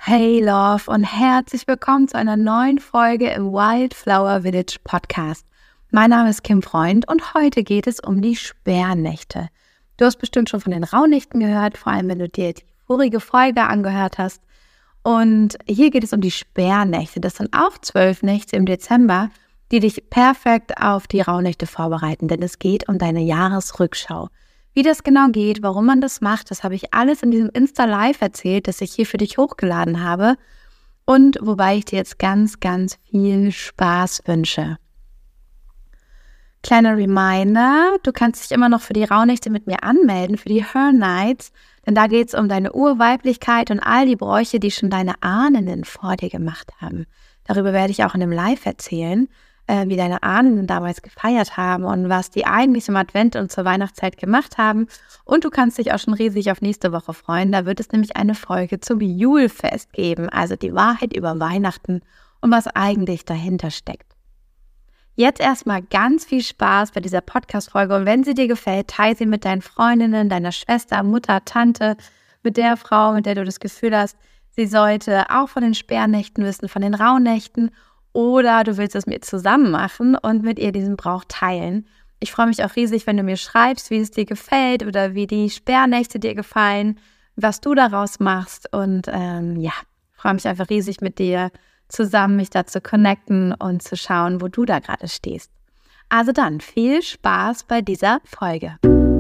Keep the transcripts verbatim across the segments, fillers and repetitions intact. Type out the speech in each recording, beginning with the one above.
Hey Love und herzlich willkommen zu einer neuen Folge im Wildflower Village Podcast. Mein Name ist Kim Freund und heute geht es um die Sperrnächte. Du hast bestimmt schon von den Rauhnächten gehört, vor allem wenn du dir die vorige Folge angehört hast. Und hier geht es um die Sperrnächte. Das sind auch zwölf Nächte im Dezember, die dich perfekt auf die Rauhnächte vorbereiten, denn es geht um deine Jahresrückschau. Wie das genau geht, warum man das macht, das habe ich alles in diesem Insta-Live erzählt, das ich hier für dich hochgeladen habe und wobei ich dir jetzt ganz, ganz viel Spaß wünsche. Kleiner Reminder, du kannst dich immer noch für die Rauhnächte mit mir anmelden, für die Her Nights, denn da geht es um deine Urweiblichkeit und all die Bräuche, die schon deine Ahnen vor dir gemacht haben. Darüber werde ich auch in dem Live erzählen, äh, wie deine Ahnen damals gefeiert haben und was die eigentlich im Advent und zur Weihnachtszeit gemacht haben. Und du kannst dich auch schon riesig auf nächste Woche freuen. Da wird es nämlich eine Folge zum Julfest geben, also die Wahrheit über Weihnachten und was eigentlich dahinter steckt. Jetzt erstmal ganz viel Spaß bei dieser Podcast-Folge und wenn sie dir gefällt, teile sie mit deinen Freundinnen, deiner Schwester, Mutter, Tante, mit der Frau, mit der du das Gefühl hast, sie sollte auch von den Sperrnächten wissen, von den Rauhnächten oder du willst es mit ihr zusammen machen und mit ihr diesen Brauch teilen. Ich freue mich auch riesig, wenn du mir schreibst, wie es dir gefällt oder wie die Sperrnächte dir gefallen, was du daraus machst und ähm, ja, ich freue mich einfach riesig mit dir zusammen mich da zu connecten und zu schauen, wo du da gerade stehst. Also dann, viel Spaß bei dieser Folge.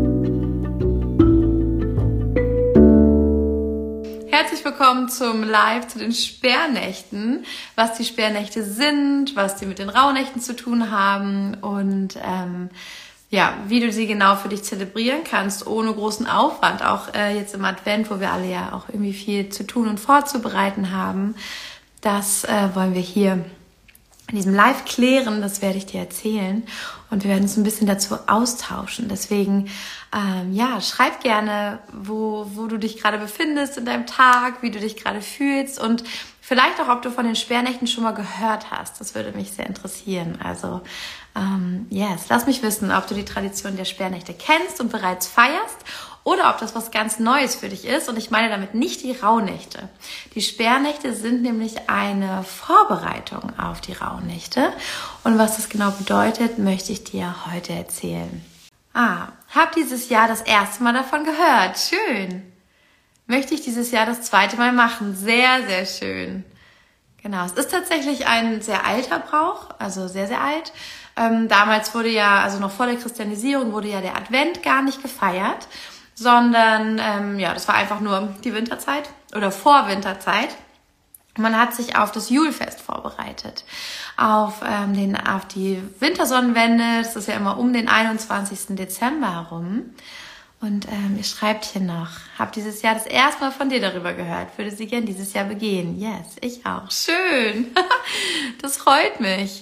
Herzlich willkommen zum Live zu den Sperrnächten, was die Sperrnächte sind, was die mit den Rauhnächten zu tun haben und ähm, ja, wie du sie genau für dich zelebrieren kannst, ohne großen Aufwand, auch äh, jetzt im Advent, wo wir alle ja auch irgendwie viel zu tun und vorzubereiten haben. Das äh, wollen wir hier in diesem Live klären, das werde ich dir erzählen und wir werden uns ein bisschen dazu austauschen. Deswegen, ähm, ja, schreib gerne, wo, wo du dich gerade befindest in deinem Tag, wie du dich gerade fühlst und vielleicht auch, ob du von den Sperrnächten schon mal gehört hast. Das würde mich sehr interessieren. Also, ähm, yes, lass mich wissen, ob du die Tradition der Sperrnächte kennst und bereits feierst oder ob das was ganz Neues für dich ist. Und ich meine damit nicht die Rauhnächte. Die Sperrnächte sind nämlich eine Vorbereitung auf die Rauhnächte. Und was das genau bedeutet, möchte ich dir heute erzählen. Ah, hab dieses Jahr das erste Mal davon gehört. Schön. Möchte ich dieses Jahr das zweite Mal machen. Sehr, sehr schön. Genau, es ist tatsächlich ein sehr alter Brauch, also sehr, sehr alt. Ähm, damals wurde ja, also noch vor der Christianisierung, wurde ja der Advent gar nicht gefeiert, sondern ähm, ja, das war einfach nur die Winterzeit oder Vorwinterzeit. Man hat sich auf das Julfest vorbereitet, auf, ähm, den, auf die Wintersonnenwende, das ist ja immer um den einundzwanzigsten Dezember herum. Und ähm, ihr schreibt hier noch, hab dieses Jahr das erste Mal von dir darüber gehört, würde sie gern dieses Jahr begehen. Yes, ich auch. Schön, das freut mich.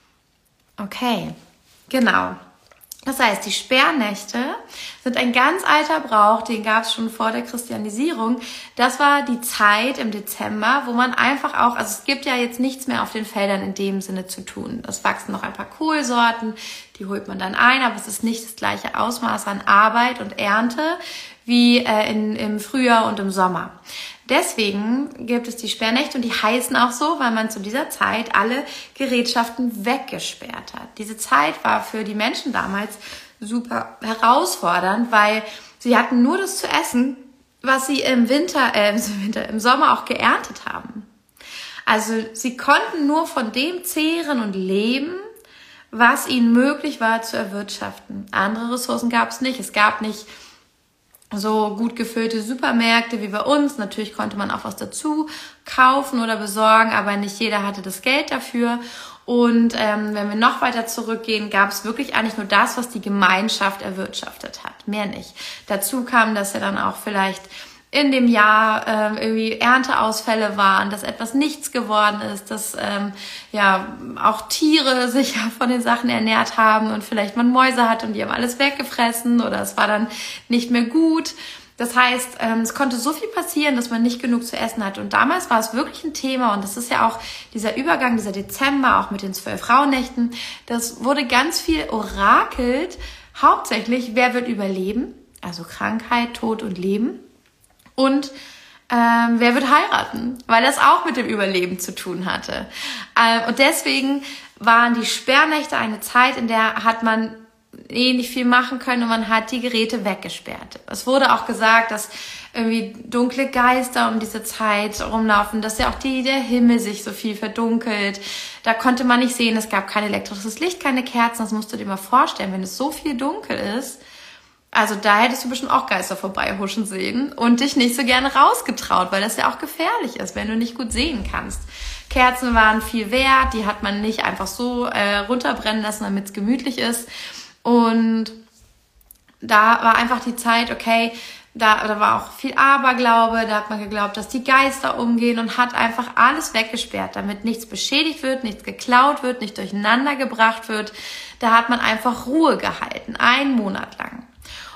Okay, genau. Das heißt, die Sperrnächte sind ein ganz alter Brauch, den gab es schon vor der Christianisierung. Das war die Zeit im Dezember, wo man einfach auch, also es gibt ja jetzt nichts mehr auf den Feldern in dem Sinne zu tun. Es wachsen noch ein paar Kohlsorten, die holt man dann ein, aber es ist nicht das gleiche Ausmaß an Arbeit und Ernte wie äh, in, im Frühjahr und im Sommer. Deswegen gibt es die Sperrnächte und die heißen auch so, weil man zu dieser Zeit alle Gerätschaften weggesperrt hat. Diese Zeit war für die Menschen damals super herausfordernd, weil sie hatten nur das zu essen, was sie im Winter, äh, im Winter, im Sommer auch geerntet haben. Also sie konnten nur von dem zehren und leben, was ihnen möglich war zu erwirtschaften. Andere Ressourcen gab es nicht. Es gab nicht so gut gefüllte Supermärkte wie bei uns. Natürlich konnte man auch was dazu kaufen oder besorgen, aber nicht jeder hatte das Geld dafür. Und ähm, wenn wir noch weiter zurückgehen, gab es wirklich eigentlich nur das, was die Gemeinschaft erwirtschaftet hat. Mehr nicht. Dazu kam, dass ja dann auch vielleicht in dem Jahr ähm, irgendwie Ernteausfälle waren, dass etwas nichts geworden ist, dass ähm, ja auch Tiere sich ja von den Sachen ernährt haben und vielleicht man Mäuse hatte und die haben alles weggefressen oder es war dann nicht mehr gut. Das heißt, ähm, es konnte so viel passieren, dass man nicht genug zu essen hatte. Und damals war es wirklich ein Thema und das ist ja auch dieser Übergang, dieser Dezember, auch mit den zwölf Rauhnächten, das wurde ganz viel orakelt, hauptsächlich, wer wird überleben, also Krankheit, Tod und Leben. Und ähm, wer wird heiraten? Weil das auch mit dem Überleben zu tun hatte. Ähm, und deswegen waren die Sperrnächte eine Zeit, in der hat man eh nicht viel machen können und man hat die Geräte weggesperrt. Es wurde auch gesagt, dass irgendwie dunkle Geister um diese Zeit rumlaufen, dass ja auch die, der Himmel sich so viel verdunkelt. Da konnte man nicht sehen, es gab kein elektrisches Licht, keine Kerzen. Das musst du dir mal vorstellen, wenn es so viel dunkel ist. Also da hättest du bestimmt auch Geister vorbeihuschen sehen und dich nicht so gerne rausgetraut, weil das ja auch gefährlich ist, wenn du nicht gut sehen kannst. Kerzen waren viel wert, die hat man nicht einfach so äh, runterbrennen lassen, damit es gemütlich ist. Und da war einfach die Zeit, okay, da, da war auch viel Aberglaube, da hat man geglaubt, dass die Geister umgehen und hat einfach alles weggesperrt, damit nichts beschädigt wird, nichts geklaut wird, nicht durcheinander gebracht wird. Da hat man einfach Ruhe gehalten, einen Monat lang.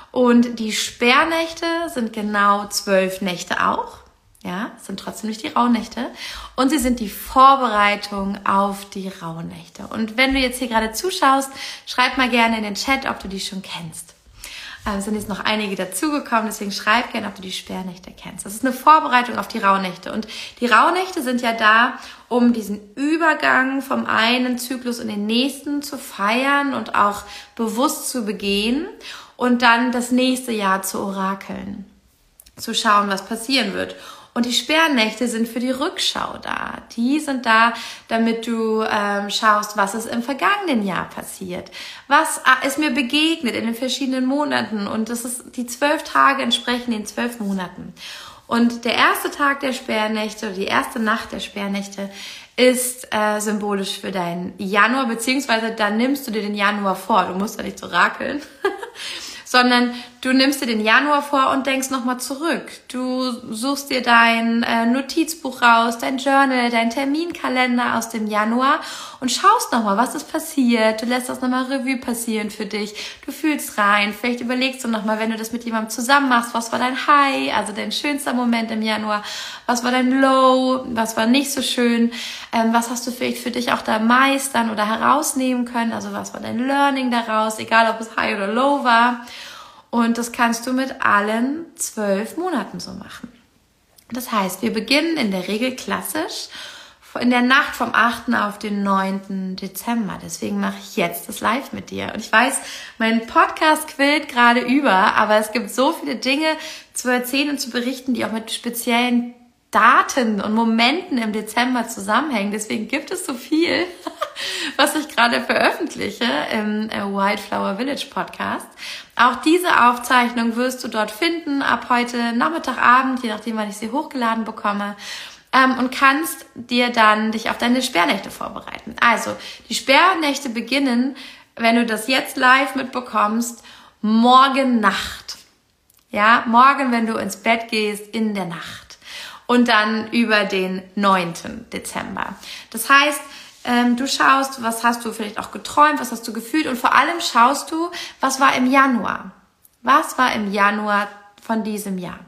Und die Sperrnächte sind genau zwölf Nächte auch. Ja, es sind trotzdem nicht die Rauhnächte. Und sie sind die Vorbereitung auf die Rauhnächte. Und wenn du jetzt hier gerade zuschaust, schreib mal gerne in den Chat, ob du die schon kennst. Es sind jetzt noch einige dazugekommen, deswegen schreib gerne, ob du die Sperrnächte kennst. Das ist eine Vorbereitung auf die Rauhnächte. Und die Rauhnächte sind ja da, um diesen Übergang vom einen Zyklus in den nächsten zu feiern und auch bewusst zu begehen und dann das nächste Jahr zu orakeln, zu schauen, was passieren wird. Und die Sperrnächte sind für die Rückschau da. Die sind da, damit du ähm, schaust, was ist im vergangenen Jahr passiert. Was ist mir begegnet in den verschiedenen Monaten. Und das ist, die zwölf Tage entsprechen den zwölf Monaten. Und der erste Tag der Sperrnächte oder die erste Nacht der Sperrnächte ist äh, symbolisch für deinen Januar, beziehungsweise dann nimmst du dir den Januar vor. Du musst ja nicht so rakeln. Sondern du nimmst dir den Januar vor und denkst nochmal zurück. Du suchst dir dein äh, Notizbuch raus, dein Journal, dein Terminkalender aus dem Januar und schaust nochmal, was ist passiert. Du lässt das nochmal Revue passieren für dich. Du fühlst rein. Vielleicht überlegst du nochmal, wenn du das mit jemandem zusammen machst, was war dein High, also dein schönster Moment im Januar, was war dein Low, was war nicht so schön, ähm, was hast du vielleicht für dich auch da meistern oder herausnehmen können, also was war dein Learning daraus, egal ob es High oder Low war. Und das kannst du mit allen zwölf Monaten so machen. Das heißt, wir beginnen in der Regel klassisch in der Nacht vom achten auf den neunten Dezember. Deswegen mache ich jetzt das Live mit dir. Und ich weiß, mein Podcast quillt gerade über, aber es gibt so viele Dinge zu erzählen und zu berichten, die auch mit speziellen Daten und Momenten im Dezember zusammenhängen. Deswegen gibt es so viel, was ich gerade veröffentliche im Wildflower Village Podcast. Auch diese Aufzeichnung wirst du dort finden, ab heute Nachmittag, Abend, je nachdem, wann ich sie hochgeladen bekomme. Ähm, und kannst dir dann dich auf deine Sperrnächte vorbereiten. Also, die Sperrnächte beginnen, wenn du das jetzt live mitbekommst, morgen Nacht. Ja, morgen, wenn du ins Bett gehst, in der Nacht. Und dann über den neunten Dezember. Das heißt, ähm, du schaust, was hast du vielleicht auch geträumt, was hast du gefühlt und vor allem schaust du, was war im Januar. Was war im Januar von diesem Jahr?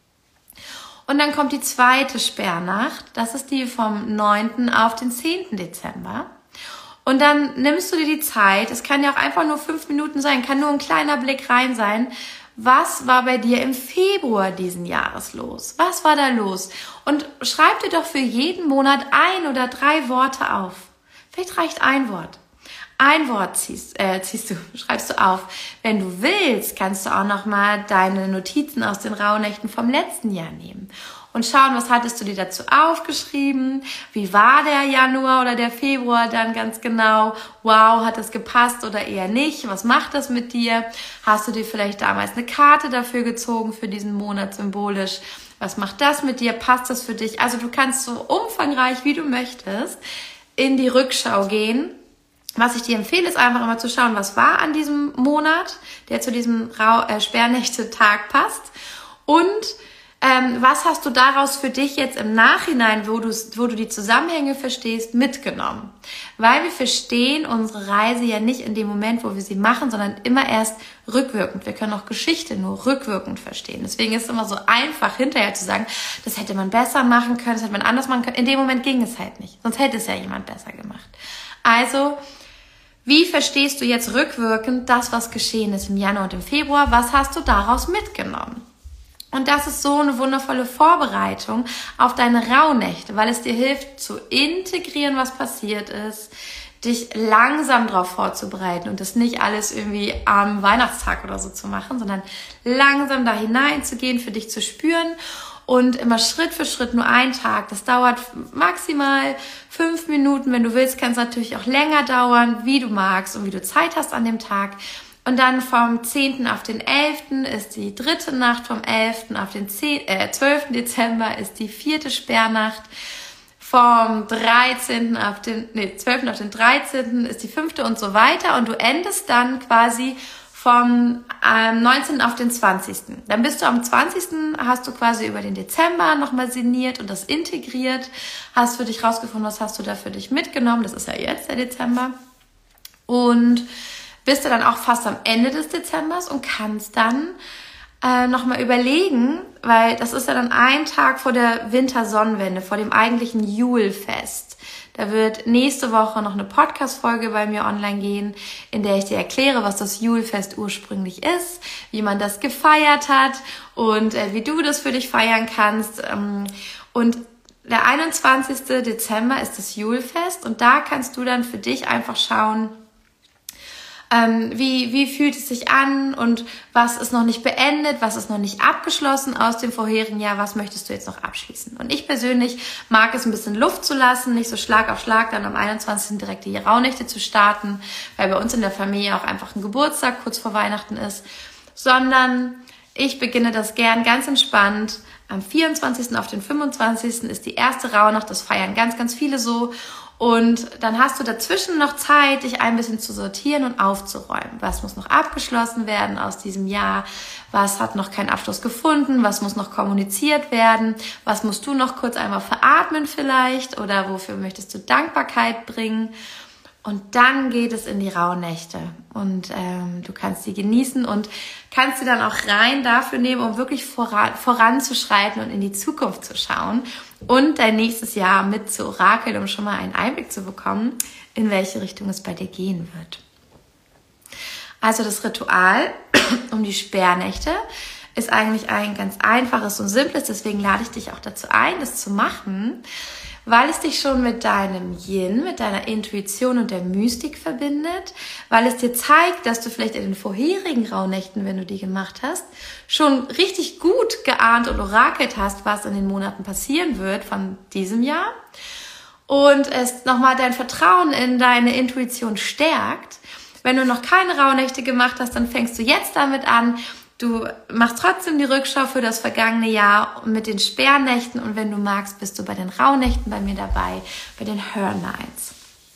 Und dann kommt die zweite Sperrnacht, das ist die vom neunten auf den zehnten Dezember. Und dann nimmst du dir die Zeit, es kann ja auch einfach nur fünf Minuten sein, kann nur ein kleiner Blick rein sein. Was war bei dir im Februar diesen Jahres los? Was war da los? Und schreib dir doch für jeden Monat ein oder drei Worte auf. Vielleicht reicht ein Wort. Ein Wort ziehst, äh, ziehst du, schreibst du auf. Wenn du willst, kannst du auch nochmal deine Notizen aus den Rauhnächten vom letzten Jahr nehmen und schauen, was hattest du dir dazu aufgeschrieben? Wie war der Januar oder der Februar dann ganz genau? Wow, hat das gepasst oder eher nicht? Was macht das mit dir? Hast du dir vielleicht damals eine Karte dafür gezogen für diesen Monat symbolisch? Was macht das mit dir? Passt das für dich? Also du kannst so umfangreich, wie du möchtest, in die Rückschau gehen. Was ich dir empfehle, ist einfach immer zu schauen, was war an diesem Monat, der zu diesem Rau- äh, Sperrnächte-Tag passt und ähm, was hast du daraus für dich jetzt im Nachhinein, wo du, wo du die Zusammenhänge verstehst, mitgenommen. Weil wir verstehen unsere Reise ja nicht in dem Moment, wo wir sie machen, sondern immer erst rückwirkend. Wir können auch Geschichte nur rückwirkend verstehen. Deswegen ist es immer so einfach, hinterher zu sagen, das hätte man besser machen können, das hätte man anders machen können. In dem Moment ging es halt nicht, sonst hätte es ja jemand besser gemacht. Also, wie verstehst du jetzt rückwirkend das, was geschehen ist im Januar und im Februar? Was hast du daraus mitgenommen? Und das ist so eine wundervolle Vorbereitung auf deine Rauhnächte, weil es dir hilft zu integrieren, was passiert ist, dich langsam darauf vorzubereiten und das nicht alles irgendwie am Weihnachtstag oder so zu machen, sondern langsam da hineinzugehen, für dich zu spüren und immer Schritt für Schritt nur einen Tag. Das dauert maximal fünf Minuten. Wenn du willst, kann es natürlich auch länger dauern, wie du magst und wie du Zeit hast an dem Tag. Und dann vom zehnten auf den elften ist die dritte Nacht, vom elften auf den zwölften Dezember ist die vierte Sperrnacht, vom dreizehnten auf den, nee, zwölften auf den dreizehnten ist die fünfte und so weiter. Und du endest dann quasi vom ähm, neunzehnten auf den zwanzigsten Dann bist du am zwanzigsten hast du quasi über den Dezember nochmal sinniert und das integriert, hast für dich rausgefunden, was hast du da für dich mitgenommen. Das ist ja jetzt der Dezember. Und bist du dann auch fast am Ende des Dezembers und kannst dann äh, nochmal überlegen, weil das ist ja dann ein Tag vor der Wintersonnenwende, vor dem eigentlichen Julfest. Da wird nächste Woche noch eine Podcast-Folge bei mir online gehen, in der ich dir erkläre, was das Julfest ursprünglich ist, wie man das gefeiert hat und äh, wie du das für dich feiern kannst. Ähm, und der einundzwanzigste Dezember ist das Julfest und da kannst du dann für dich einfach schauen, Ähm, wie, wie fühlt es sich an und was ist noch nicht beendet, was ist noch nicht abgeschlossen aus dem vorherigen Jahr, was möchtest du jetzt noch abschließen? Und ich persönlich mag es ein bisschen Luft zu lassen, nicht so Schlag auf Schlag dann am einundzwanzigsten direkt die Rauhnächte zu starten, weil bei uns in der Familie auch einfach ein Geburtstag kurz vor Weihnachten ist, sondern ich beginne das gern ganz entspannt. Am vierundzwanzigsten auf den fünfundzwanzigsten ist die erste Rauhnacht, das feiern ganz, ganz viele so. Und dann hast du dazwischen noch Zeit, dich ein bisschen zu sortieren und aufzuräumen. Was muss noch abgeschlossen werden aus diesem Jahr? Was hat noch keinen Abschluss gefunden? Was muss noch kommuniziert werden? Was musst du noch kurz einmal veratmen vielleicht? Oder wofür möchtest du Dankbarkeit bringen? Und dann geht es in die Rauhnächte und ähm, du kannst sie genießen und kannst sie dann auch rein dafür nehmen, um wirklich voran, voranzuschreiten und in die Zukunft zu schauen und dein nächstes Jahr mit zu orakeln, um schon mal einen Einblick zu bekommen, in welche Richtung es bei dir gehen wird. Also das Ritual um die Sperrnächte ist eigentlich ein ganz einfaches und simples, deswegen lade ich dich auch dazu ein, das zu machen, weil es dich schon mit deinem Yin, mit deiner Intuition und der Mystik verbindet, weil es dir zeigt, dass du vielleicht in den vorherigen Rauhnächten, wenn du die gemacht hast, schon richtig gut geahnt und orakelt hast, was in den Monaten passieren wird von diesem Jahr und es nochmal dein Vertrauen in deine Intuition stärkt. Wenn du noch keine Rauhnächte gemacht hast, dann fängst du jetzt damit an. Du machst trotzdem die Rückschau für das vergangene Jahr mit den Sperrnächten und wenn du magst, bist du bei den Rauhnächten bei mir dabei, bei den Her Nights.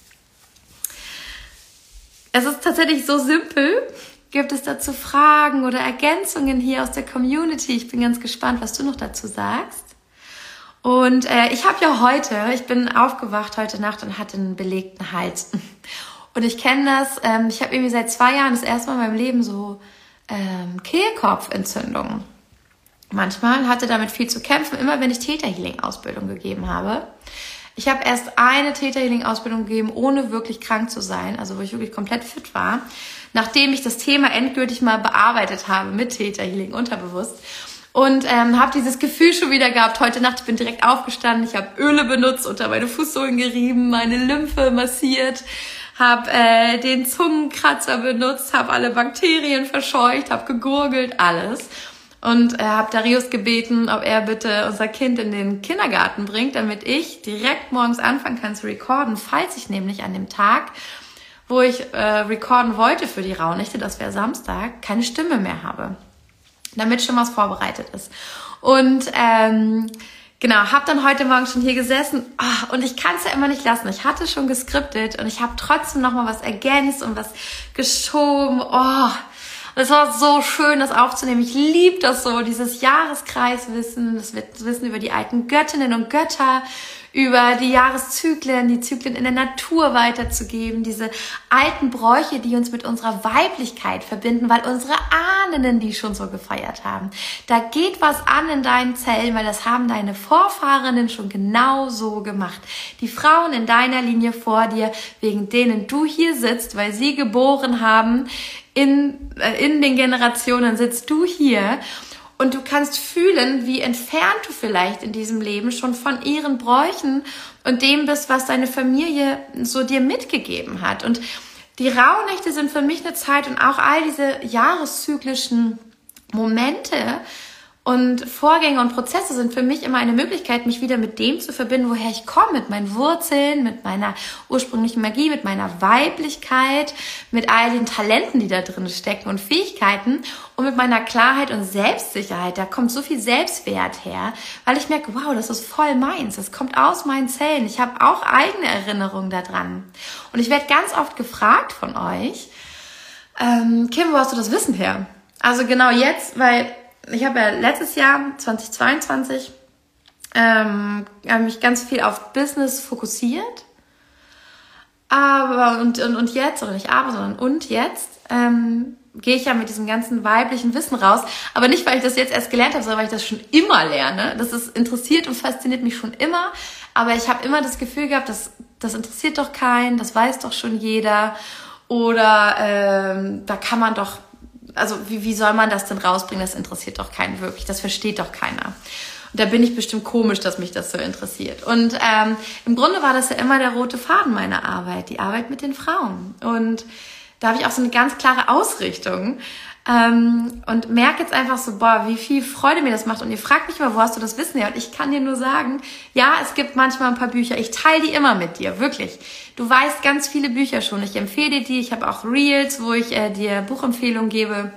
Es ist tatsächlich so simpel. Gibt es dazu Fragen oder Ergänzungen hier aus der Community? Ich bin ganz gespannt, was du noch dazu sagst. Und äh, ich habe ja heute, ich bin aufgewacht heute Nacht und hatte einen belegten Hals. Und ich kenne das, ähm, ich habe irgendwie seit zwei Jahren das erste Mal in meinem Leben so Ähm, Kehlkopfentzündung. Manchmal hatte damit viel zu kämpfen, immer wenn ich Theta Healing Ausbildung gegeben habe. Ich habe erst eine Theta Healing Ausbildung gegeben, ohne wirklich krank zu sein, also wo ich wirklich komplett fit war, nachdem ich das Thema endgültig mal bearbeitet habe mit Theta Healing unterbewusst und ähm, habe dieses Gefühl schon wieder gehabt. Heute Nacht, ich bin direkt aufgestanden, ich habe Öle benutzt, unter meine Fußsohlen gerieben, meine Lymphe massiert, habe äh, den Zungenkratzer benutzt, habe alle Bakterien verscheucht, habe gegurgelt, alles. Und äh, habe Darius gebeten, ob er bitte unser Kind in den Kindergarten bringt, damit ich direkt morgens anfangen kann zu recorden, falls ich nämlich an dem Tag, wo ich äh, recorden wollte für die Rauhnächte, das wäre Samstag, keine Stimme mehr habe. Damit schon was vorbereitet ist. Und ähm, Genau, habe dann heute Morgen schon hier gesessen oh, und ich kann es ja immer nicht lassen. Ich hatte schon geskriptet und ich habe trotzdem nochmal was ergänzt und was geschoben. Oh, und es war so schön, das aufzunehmen. Ich liebe das so, dieses Jahreskreiswissen, das Wissen über die alten Göttinnen und Götter, über die Jahreszyklen, die Zyklen in der Natur weiterzugeben, diese alten Bräuche, die uns mit unserer Weiblichkeit verbinden, weil unsere Ahnen die schon so gefeiert haben. Da geht was an in deinen Zellen, weil das haben deine Vorfahrenen schon genau so gemacht. Die Frauen in deiner Linie vor dir, wegen denen du hier sitzt, weil sie geboren haben, in, äh, in den Generationen sitzt du hier. Und du kannst fühlen, wie entfernt du vielleicht in diesem Leben schon von ihren Bräuchen und dem bist, was deine Familie so dir mitgegeben hat. Und die Rauhnächte sind für mich eine Zeit und auch all diese jahreszyklischen Momente und Vorgänge und Prozesse sind für mich immer eine Möglichkeit, mich wieder mit dem zu verbinden, woher ich komme, mit meinen Wurzeln, mit meiner ursprünglichen Magie, mit meiner Weiblichkeit, mit all den Talenten, die da drin stecken und Fähigkeiten und mit meiner Klarheit und Selbstsicherheit. Da kommt so viel Selbstwert her, weil ich merke, wow, das ist voll meins, das kommt aus meinen Zellen. Ich habe auch eigene Erinnerungen daran. Und ich werde ganz oft gefragt von euch, ähm, Kim, wo hast du das Wissen her? Also genau jetzt, weil ich habe ja letztes Jahr, zweitausendzweiundzwanzig, ähm, habe mich ganz viel auf Business fokussiert. Aber, und, und, und jetzt, oder nicht aber, sondern und jetzt, ähm, gehe ich ja mit diesem ganzen weiblichen Wissen raus. Aber nicht, weil ich das jetzt erst gelernt habe, sondern weil ich das schon immer lerne. Das ist interessiert und fasziniert mich schon immer. Aber ich habe immer das Gefühl gehabt, das, das interessiert doch keinen, das weiß doch schon jeder. Oder ähm, da kann man doch, also wie, wie soll man das denn rausbringen? Das interessiert doch keinen wirklich, das versteht doch keiner. Und da bin ich bestimmt komisch, dass mich das so interessiert. Und ähm, im Grunde war das ja immer der rote Faden meiner Arbeit, die Arbeit mit den Frauen. Und da habe ich auch so eine ganz klare Ausrichtung ähm, und merke jetzt einfach so, boah, wie viel Freude mir das macht. Und ihr fragt mich immer, wo hast du das Wissen her? Und ich kann dir nur sagen, ja, es gibt manchmal ein paar Bücher, ich teile die immer mit dir, wirklich. Du weißt ganz viele Bücher schon, ich empfehle dir die, ich habe auch Reels, wo ich äh, dir Buchempfehlungen gebe.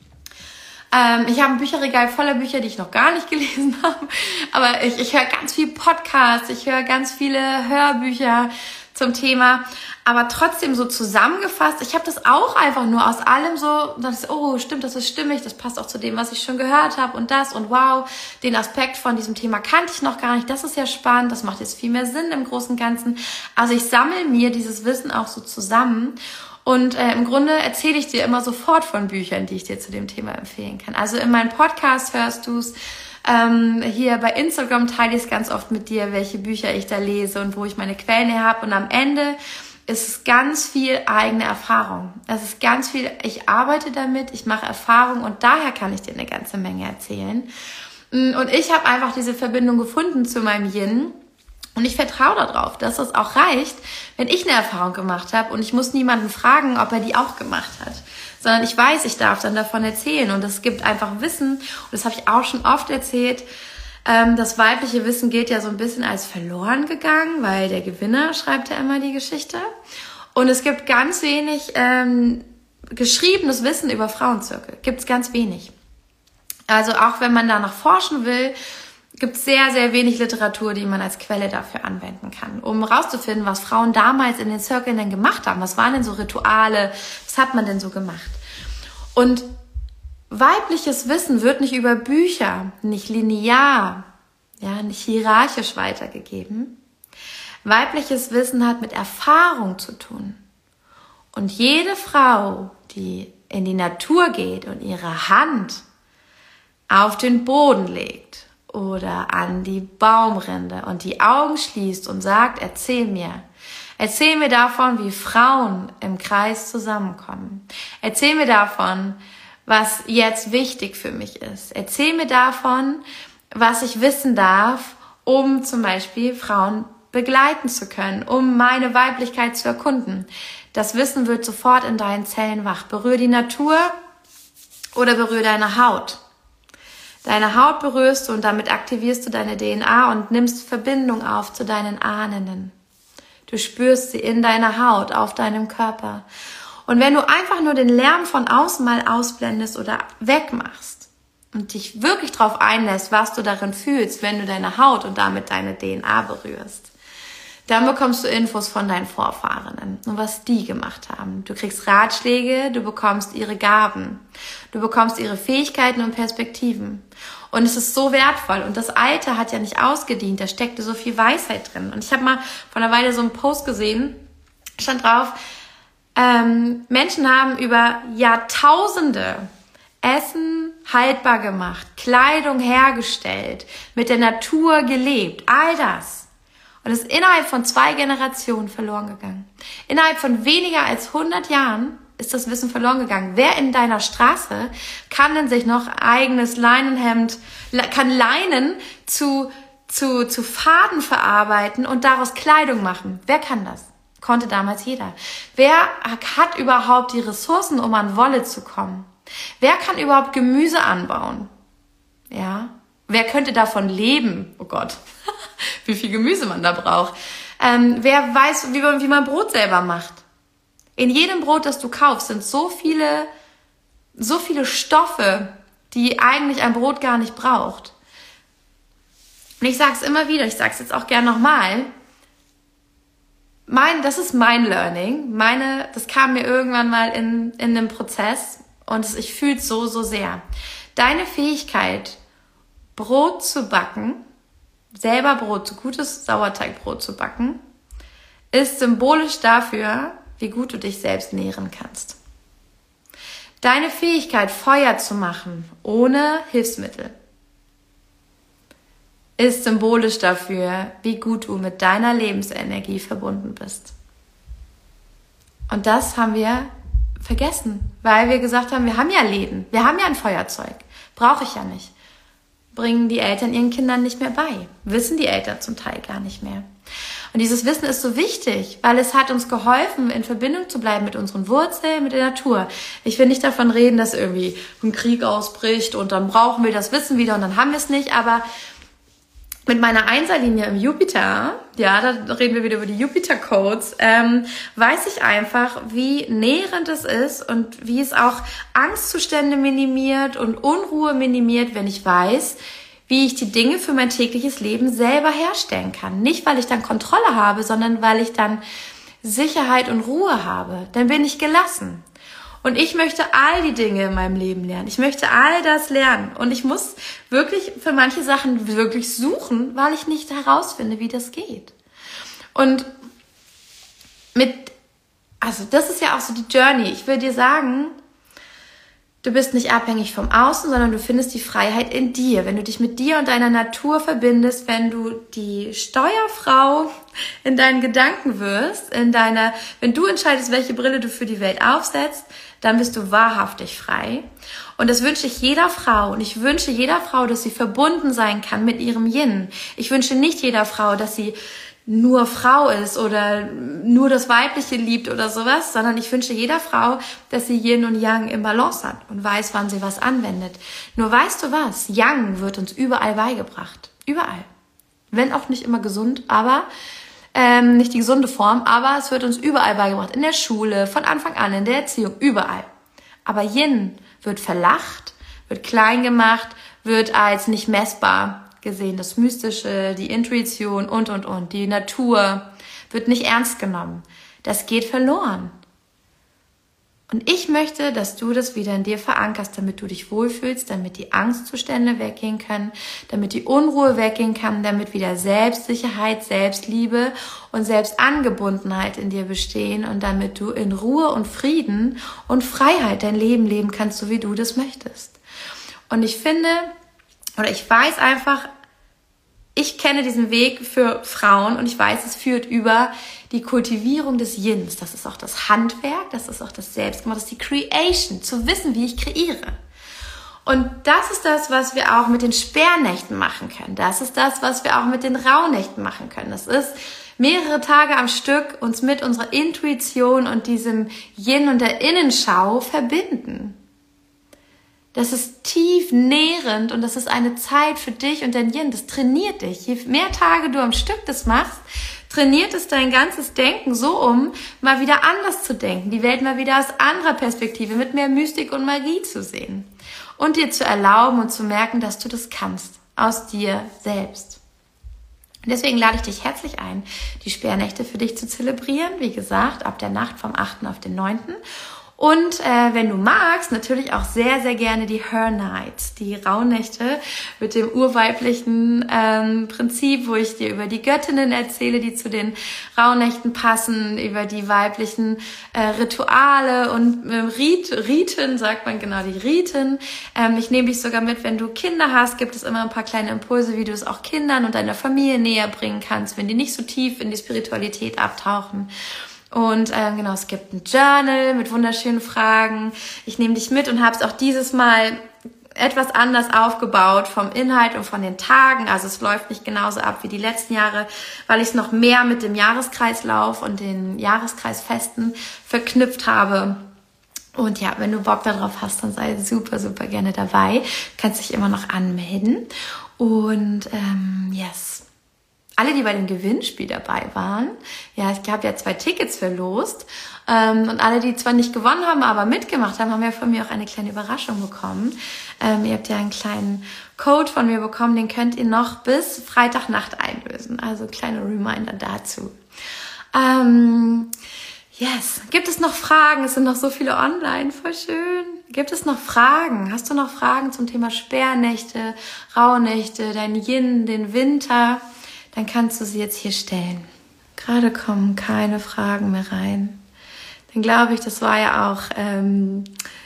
Ähm, ich habe ein Bücherregal voller Bücher, die ich noch gar nicht gelesen habe, aber ich, ich höre ganz viel Podcasts, ich höre ganz viele Hörbücher zum Thema, aber trotzdem so zusammengefasst, ich habe das auch einfach nur aus allem so, das, oh, stimmt, das ist stimmig, das passt auch zu dem, was ich schon gehört habe und das und wow, den Aspekt von diesem Thema kannte ich noch gar nicht, das ist ja spannend, das macht jetzt viel mehr Sinn im Großen und Ganzen. Also ich sammle mir dieses Wissen auch so zusammen und äh, im Grunde erzähle ich dir immer sofort von Büchern, die ich dir zu dem Thema empfehlen kann. Also in meinem Podcast hörst du es, Ähm, hier bei Instagram teile ich es ganz oft mit dir, welche Bücher ich da lese und wo ich meine Quellen her habe. Und am Ende ist es ganz viel eigene Erfahrung. Es ist ganz viel, ich arbeite damit, ich mache Erfahrung und daher kann ich dir eine ganze Menge erzählen. Und ich habe einfach diese Verbindung gefunden zu meinem Yin. Und ich vertraue darauf, dass es auch reicht, wenn ich eine Erfahrung gemacht habe und ich muss niemanden fragen, ob er die auch gemacht hat. Sondern ich weiß, ich darf dann davon erzählen und es gibt einfach Wissen und das habe ich auch schon oft erzählt. Ähm, das weibliche Wissen gilt ja so ein bisschen als verloren gegangen, weil der Gewinner schreibt ja immer die Geschichte. Und es gibt ganz wenig ähm, geschriebenes Wissen über Frauenzirkel. Gibt es ganz wenig. Also auch wenn man danach forschen will, gibt es sehr, sehr wenig Literatur, die man als Quelle dafür anwenden kann, um rauszufinden, was Frauen damals in den Zirkeln denn gemacht haben. Was waren denn so Rituale? Was hat man denn so gemacht? Und weibliches Wissen wird nicht über Bücher, nicht linear, ja, nicht hierarchisch weitergegeben. Weibliches Wissen hat mit Erfahrung zu tun. Und jede Frau, die in die Natur geht und ihre Hand auf den Boden legt oder an die Baumrinde und die Augen schließt und sagt, erzähl mir. Erzähl mir davon, wie Frauen im Kreis zusammenkommen. Erzähl mir davon, was jetzt wichtig für mich ist. Erzähl mir davon, was ich wissen darf, um zum Beispiel Frauen begleiten zu können, um meine Weiblichkeit zu erkunden. Das Wissen wird sofort in deinen Zellen wach. Berühr die Natur oder berühr deine Haut. Deine Haut berührst du und damit aktivierst du deine D N A und nimmst Verbindung auf zu deinen Ahnen. Du spürst sie in deiner Haut, auf deinem Körper. Und wenn du einfach nur den Lärm von außen mal ausblendest oder wegmachst und dich wirklich darauf einlässt, was du darin fühlst, wenn du deine Haut und damit deine D N A berührst, dann bekommst du Infos von deinen Vorfahren und was die gemacht haben. Du kriegst Ratschläge, du bekommst ihre Gaben, du bekommst ihre Fähigkeiten und Perspektiven. Und es ist so wertvoll. Und das Alte hat ja nicht ausgedient, da steckte so viel Weisheit drin. Und ich habe mal vor einer Weile so einen Post gesehen, stand drauf, ähm, Menschen haben über Jahrtausende Essen haltbar gemacht, Kleidung hergestellt, mit der Natur gelebt, all das. Und ist innerhalb von zwei Generationen verloren gegangen. Innerhalb von weniger als hundert Jahren ist das Wissen verloren gegangen. Wer in deiner Straße kann denn sich noch eigenes Leinenhemd, kann Leinen zu, zu, zu Faden verarbeiten und daraus Kleidung machen? Wer kann das? Konnte damals jeder. Wer hat überhaupt die Ressourcen, um an Wolle zu kommen? Wer kann überhaupt Gemüse anbauen? Ja. Wer könnte davon leben? Oh Gott, wie viel Gemüse man da braucht. Ähm, wer weiß, wie man, wie man Brot selber macht? In jedem Brot, das du kaufst, sind so viele, so viele Stoffe, die eigentlich ein Brot gar nicht braucht. Und ich sage es immer wieder, ich sage es jetzt auch gern nochmal. Mein, das ist mein Learning. Meine, das kam mir irgendwann mal in, in einem Prozess und es, ich fühle es so, so sehr. Deine Fähigkeit, Brot zu backen, selber Brot, gutes Sauerteigbrot zu backen, ist symbolisch dafür, wie gut du dich selbst nähren kannst. Deine Fähigkeit, Feuer zu machen, ohne Hilfsmittel, ist symbolisch dafür, wie gut du mit deiner Lebensenergie verbunden bist. Und das haben wir vergessen, weil wir gesagt haben, wir haben ja Läden, wir haben ja ein Feuerzeug, brauche ich ja nicht. Bringen die Eltern ihren Kindern nicht mehr bei, wissen die Eltern zum Teil gar nicht mehr. Und dieses Wissen ist so wichtig, weil es hat uns geholfen, in Verbindung zu bleiben mit unseren Wurzeln, mit der Natur. Ich will nicht davon reden, dass irgendwie ein Krieg ausbricht und dann brauchen wir das Wissen wieder und dann haben wir es nicht, aber mit meiner Einserlinie im Jupiter, ja, da reden wir wieder über die Jupiter-Codes, ähm, weiß ich einfach, wie nährend es ist und wie es auch Angstzustände minimiert und Unruhe minimiert, wenn ich weiß, wie ich die Dinge für mein tägliches Leben selber herstellen kann. Nicht, weil ich dann Kontrolle habe, sondern weil ich dann Sicherheit und Ruhe habe. Dann bin ich gelassen. Und ich möchte all die Dinge in meinem Leben lernen. Ich möchte all das lernen. Und ich muss wirklich für manche Sachen wirklich suchen, weil ich nicht herausfinde, wie das geht. Und mit, also das ist ja auch so die Journey. Ich will dir sagen, du bist nicht abhängig vom Außen, sondern du findest die Freiheit in dir. Wenn du dich mit dir und deiner Natur verbindest, wenn du die Steuerfrau in deinen Gedanken wirst, in deiner, wenn du entscheidest, welche Brille du für die Welt aufsetzt, dann bist du wahrhaftig frei. Und das wünsche ich jeder Frau. Und ich wünsche jeder Frau, dass sie verbunden sein kann mit ihrem Yin. Ich wünsche nicht jeder Frau, dass sie nur Frau ist oder nur das Weibliche liebt oder sowas, sondern ich wünsche jeder Frau, dass sie Yin und Yang im Balance hat und weiß, wann sie was anwendet. Nur weißt du was? Yang wird uns überall beigebracht. Überall. Wenn auch nicht immer gesund, aber ähm, nicht die gesunde Form, aber es wird uns überall beigebracht. In der Schule, von Anfang an, in der Erziehung, überall. Aber Yin wird verlacht, wird klein gemacht, wird als nicht messbar gesehen. Das Mystische, die Intuition und, und, und. Die Natur wird nicht ernst genommen. Das geht verloren. Und ich möchte, dass du das wieder in dir verankerst, damit du dich wohlfühlst, damit die Angstzustände weggehen können, damit die Unruhe weggehen kann, damit wieder Selbstsicherheit, Selbstliebe und Selbstangebundenheit in dir bestehen und damit du in Ruhe und Frieden und Freiheit dein Leben leben kannst, so wie du das möchtest. Und ich finde, oder ich weiß einfach, ich kenne diesen Weg für Frauen und ich weiß, es führt über die Kultivierung des Yins. Das ist auch das Handwerk, das ist auch das Selbstgemacht, das ist die Creation, zu wissen, wie ich kreiere. Und das ist das, was wir auch mit den Sperrnächten machen können. Das ist das, was wir auch mit den Rauhnächten machen können. Das ist mehrere Tage am Stück uns mit unserer Intuition und diesem Yin und der Innenschau verbinden. Das ist tief nährend und das ist eine Zeit für dich und dein Yin. Das trainiert dich. Je mehr Tage du am Stück das machst, trainiert es dein ganzes Denken so um, mal wieder anders zu denken, die Welt mal wieder aus anderer Perspektive, mit mehr Mystik und Magie zu sehen und dir zu erlauben und zu merken, dass du das kannst, aus dir selbst. Und deswegen lade ich dich herzlich ein, die Sperrnächte für dich zu zelebrieren, wie gesagt, ab der Nacht vom achten auf den neunten Und äh, wenn du magst, natürlich auch sehr, sehr gerne die Her Nights, die Rauhnächte mit dem urweiblichen ähm, Prinzip, wo ich dir über die Göttinnen erzähle, die zu den Rauhnächten passen, über die weiblichen äh, Rituale und äh, Rit, Riten, sagt man genau, die Riten. Ähm, ich nehme dich sogar mit, wenn du Kinder hast, gibt es immer ein paar kleine Impulse, wie du es auch Kindern und deiner Familie näher bringen kannst, wenn die nicht so tief in die Spiritualität abtauchen. Und ähm, genau, es gibt ein Journal mit wunderschönen Fragen. Ich nehme dich mit und habe es auch dieses Mal etwas anders aufgebaut vom Inhalt und von den Tagen. Also es läuft nicht genauso ab wie die letzten Jahre, weil ich es noch mehr mit dem Jahreskreislauf und den Jahreskreisfesten verknüpft habe. Und ja, wenn du Bock darauf hast, dann sei super, super gerne dabei. Du kannst dich immer noch anmelden. Und ähm, yes, alle, die bei dem Gewinnspiel dabei waren, ja, ich habe ja zwei Tickets verlost. Ähm, und alle, die zwar nicht gewonnen haben, aber mitgemacht haben, haben ja von mir auch eine kleine Überraschung bekommen. Ähm, ihr habt ja einen kleinen Code von mir bekommen, den könnt ihr noch bis Freitagnacht einlösen. Also kleine Reminder dazu. Ähm, yes. Gibt es noch Fragen? Es sind noch so viele online. Voll schön. Gibt es noch Fragen? Hast du noch Fragen zum Thema Sperrnächte, Rauhnächte, dein Yin, den Winter? Dann kannst du sie jetzt hier stellen. Gerade kommen keine Fragen mehr rein. Dann glaube ich, das war ja auch ähm,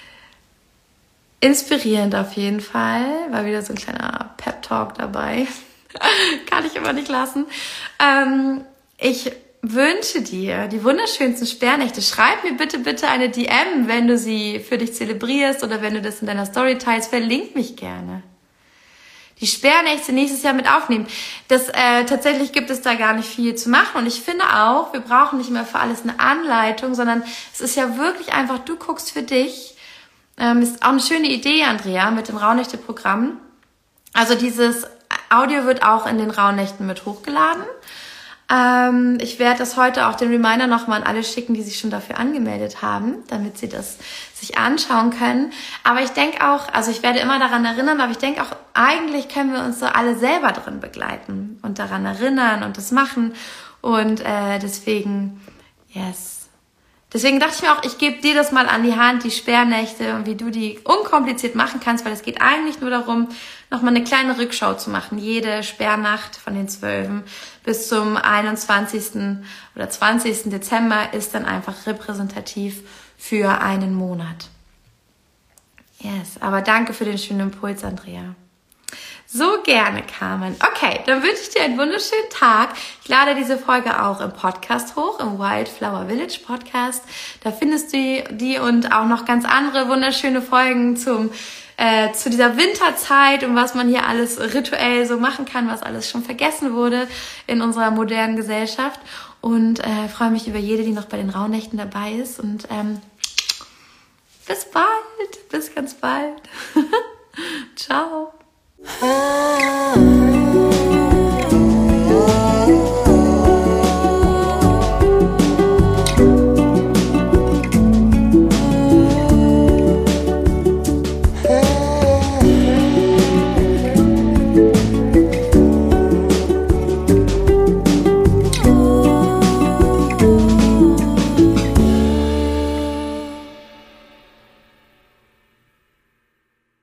inspirierend auf jeden Fall. War wieder so ein kleiner Pep-Talk dabei. Kann ich immer nicht lassen. Ähm, ich wünsche dir die wunderschönsten Sperrnächte. Schreib mir bitte, bitte eine D M, wenn du sie für dich zelebrierst oder wenn du das in deiner Story teilst. Verlink mich gerne. Die Sperrnächte nächstes Jahr mit aufnehmen. Das äh, tatsächlich gibt es da gar nicht viel zu machen. Und ich finde auch, wir brauchen nicht mehr für alles eine Anleitung, sondern es ist ja wirklich einfach, du guckst für dich. Ähm, ist auch eine schöne Idee, Andrea, mit dem Rauhnächte-Programm. Also dieses Audio wird auch in den Rauhnächten mit hochgeladen. Ähm, ich werde das heute auch den Reminder nochmal an alle schicken, die sich schon dafür angemeldet haben, damit sie das sich anschauen können. Aber ich denke auch, also ich werde immer daran erinnern, aber ich denke auch, eigentlich können wir uns so alle selber drin begleiten und daran erinnern und das machen. Und äh, deswegen, yes. Deswegen dachte ich mir auch, ich gebe dir das mal an die Hand, die Sperrnächte und wie du die unkompliziert machen kannst, weil es geht eigentlich nur darum, nochmal eine kleine Rückschau zu machen. Jede Sperrnacht von den zwölfen bis zum einundzwanzigsten oder zwanzigsten Dezember ist dann einfach repräsentativ für einen Monat. Yes, aber danke für den schönen Impuls, Andrea. So gerne, Carmen. Okay, dann wünsche ich dir einen wunderschönen Tag. Ich lade diese Folge auch im Podcast hoch, im Wildflower Village Podcast. Da findest du die und auch noch ganz andere wunderschöne Folgen zum äh, zu dieser Winterzeit und was man hier alles rituell so machen kann, was alles schon vergessen wurde in unserer modernen Gesellschaft. Und äh, freue mich über jede, die noch bei den Rauhnächten dabei ist. Und ähm, bis bald, bis ganz bald. Ciao. Ah.